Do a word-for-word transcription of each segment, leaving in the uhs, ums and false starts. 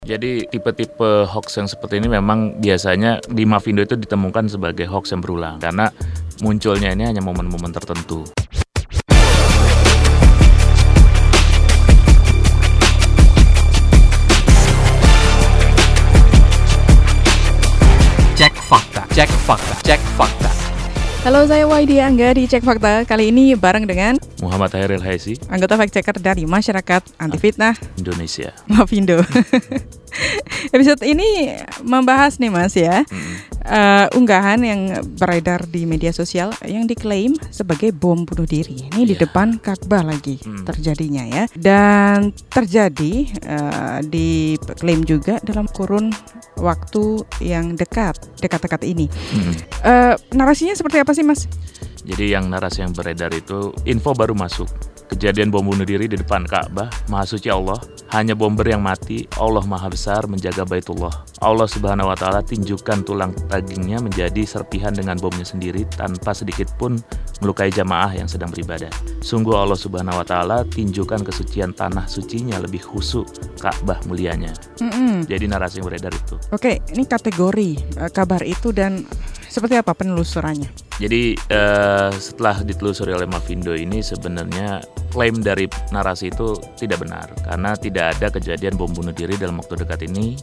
Jadi tipe-tipe hoax yang seperti ini memang biasanya di Mavindo itu ditemukan sebagai hoax yang berulang karena munculnya ini hanya momen-momen tertentu. Cek fakta, cek fakta, cek fakta. Halo, saya Waidia Angga di Cek Fakta. Kali ini bareng dengan Muhammad Hairil Haisi, anggota fact checker dari Masyarakat Anti Fitnah Indonesia. Mavindo. Episode ini membahas nih Mas ya, hmm. uh, unggahan yang beredar di media sosial yang diklaim sebagai bom bunuh diri. Ini yeah. di depan Ka'bah lagi hmm. terjadinya ya, dan terjadi uh, diklaim juga dalam kurun waktu yang dekat, dekat-dekat ini. Hmm. Uh, narasinya seperti apa sih Mas? Jadi yang narasi yang beredar itu info baru masuk. Kejadian bom bunuh diri di depan Ka'bah, Maha Suci Allah. Hanya bomber yang mati, Allah Maha Besar menjaga Baitullah. Allah Subhanahu Wa Taala tinjukan tulang dagingnya menjadi serpihan dengan bomnya sendiri tanpa sedikit pun melukai jamaah yang sedang beribadah. Sungguh Allah Subhanahu Wa Taala tinjukan kesucian tanah sucinya lebih khusyuk Ka'bah mulianya. Mm-hmm. Jadi narasi yang beredar itu. Oke, ini kategori uh, kabar itu dan seperti apa penelusurannya? Jadi uh, setelah ditelusuri oleh Mavindo ini sebenarnya klaim dari narasi itu tidak benar karena tidak ada kejadian bom bunuh diri dalam waktu dekat ini,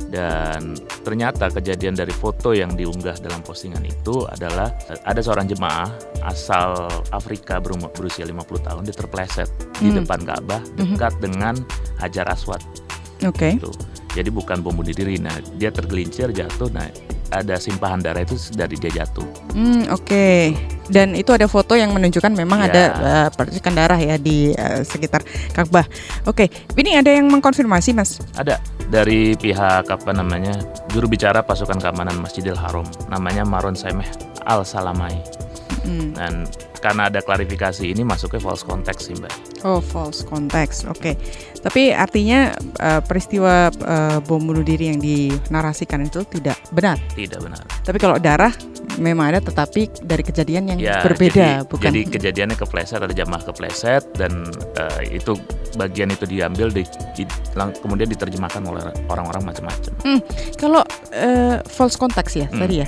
dan ternyata kejadian dari foto yang diunggah dalam postingan itu adalah ada seorang jemaah asal Afrika berumur berusia lima puluh tahun dia terpleset hmm. di depan Ka'bah dekat hmm. dengan Hajar Aswad. Oke. Okay. Gitu. Jadi bukan bom bunuh diri. Nah, dia tergelincir jatuh. Nah, ada simpahan darah itu dari dia jatuh. Hmm, oke. Okay. Dan itu ada foto yang menunjukkan memang ya. ada uh, percikan darah ya di uh, sekitar Ka'bah. Oke, okay. Ini ada yang mengkonfirmasi, Mas? Ada dari pihak apa namanya juru bicara pasukan keamanan Masjidil Haram, namanya Maron Semeh Al Salamai. Hmm. Dan karena ada klarifikasi ini masuknya false context sih Mbak. Oh, false context, oke. Okay. Tapi artinya uh, peristiwa uh, bom bunuh diri yang dinarasikan itu tidak benar? Tidak benar. Tapi kalau darah memang ada, tetapi dari kejadian yang ya, berbeda, jadi, bukan? Jadi kejadiannya kepleset, ada jamaah kepleset dan uh, itu bagian itu diambil, di, di, lang, kemudian diterjemahkan oleh orang-orang macam-macam. Hmm, kalau uh, false context ya hmm. tadi ya,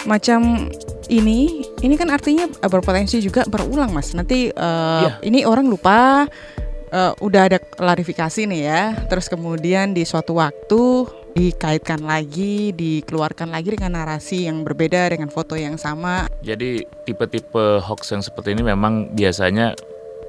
macam ini, ini kan artinya berpotensi juga berulang Mas. Nanti uh, yeah. ini orang lupa, uh, udah ada klarifikasi nih ya, terus kemudian di suatu waktu dikaitkan lagi, dikeluarkan lagi dengan narasi yang berbeda dengan foto yang sama. Jadi tipe-tipe hoax yang seperti ini memang biasanya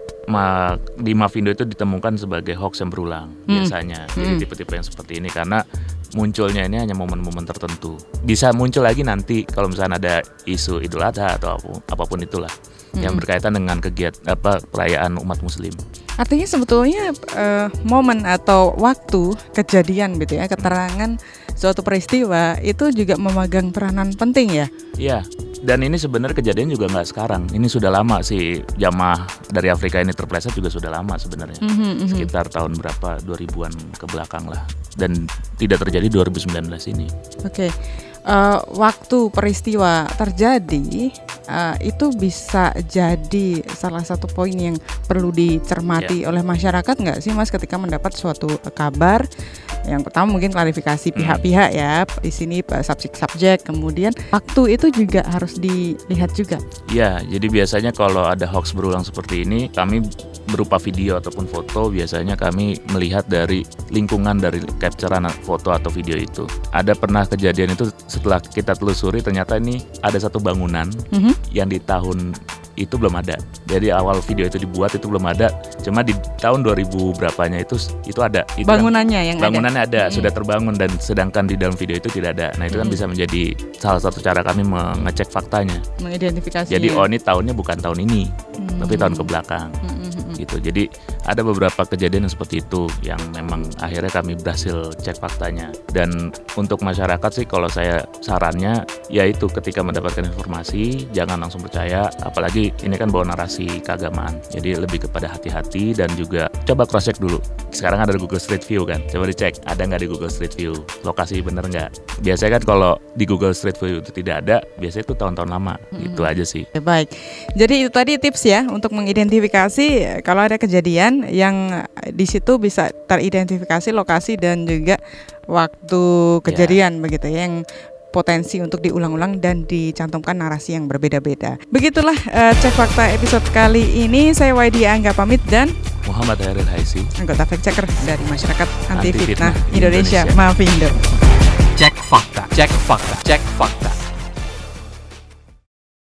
ma- di Mavindo itu ditemukan sebagai hoax yang berulang hmm. biasanya. Jadi hmm. tipe-tipe yang seperti ini karena munculnya ini hanya momen-momen tertentu. Bisa muncul lagi nanti kalau misalnya ada isu Idul Adha atau apapun itulah hmm. yang berkaitan dengan kegiatan apa perayaan umat Muslim. Artinya sebetulnya uh, momen atau waktu kejadian gitu ya, keterangan suatu peristiwa itu juga memegang peranan penting ya? Iya, dan ini sebenarnya kejadian juga nggak sekarang. Ini sudah lama sih, jamaah dari Afrika ini terpleset juga sudah lama sebenarnya. Mm-hmm. Sekitar tahun berapa, dua ribuan ke belakang lah. Dan tidak terjadi dua ribu sembilan belas ini. Oke. Okay. Uh, waktu peristiwa terjadi uh, itu bisa jadi salah satu poin yang perlu dicermati yeah. oleh masyarakat nggak sih Mas ketika mendapat suatu kabar? Yang pertama mungkin klarifikasi pihak-pihak ya, di sini subjek-subjek, kemudian waktu itu juga harus dilihat juga. Ya, jadi biasanya kalau ada hoax berulang seperti ini, kami berupa video ataupun foto, biasanya kami melihat dari lingkungan dari capturean foto atau video itu. Ada pernah kejadian itu setelah kita telusuri ternyata ini ada satu bangunan mm-hmm. yang di tahun itu belum ada. Jadi awal video itu dibuat itu belum ada. Cuma di tahun dua ribu berapanya itu itu ada. Itu bangunannya kan, yang bangunannya ada, ada. Hmm. sudah terbangun, dan sedangkan di dalam video itu tidak ada. Nah itu hmm. kan bisa menjadi salah satu cara kami mengecek faktanya. Mengidentifikasi. Jadi ya. oh ini tahunnya bukan tahun ini, hmm. tapi tahun kebelakang. Hmm. Gitu. Jadi ada beberapa kejadian yang seperti itu yang memang akhirnya kami berhasil cek faktanya. Dan untuk masyarakat sih kalau saya sarannya yaitu ketika mendapatkan informasi jangan langsung percaya, apalagi Tapi ini kan bawa narasi keagamaan, jadi lebih kepada hati-hati dan juga coba cross check dulu. Sekarang ada Google Street View kan, coba dicek ada nggak di Google Street View lokasi bener nggak. Biasanya kan kalau di Google Street View itu tidak ada, biasanya itu tahun-tahun lama. Mm-hmm. Itu aja sih. Baik, jadi itu tadi tips ya untuk mengidentifikasi kalau ada kejadian yang di situ bisa teridentifikasi lokasi dan juga waktu kejadian yeah. begitu ya, yang potensi untuk diulang-ulang dan dicantumkan narasi yang berbeda-beda. Begitulah uh, Cek Fakta episode kali ini. Saya Waidia Angga pamit dan Muhammad Hairil Haisi, anggota fact checker dari Masyarakat Anti, Anti Fitnah, Fitnah Indonesia, Indonesia. Mafindo. Cek Fakta, Cek Fakta, Cek Fakta.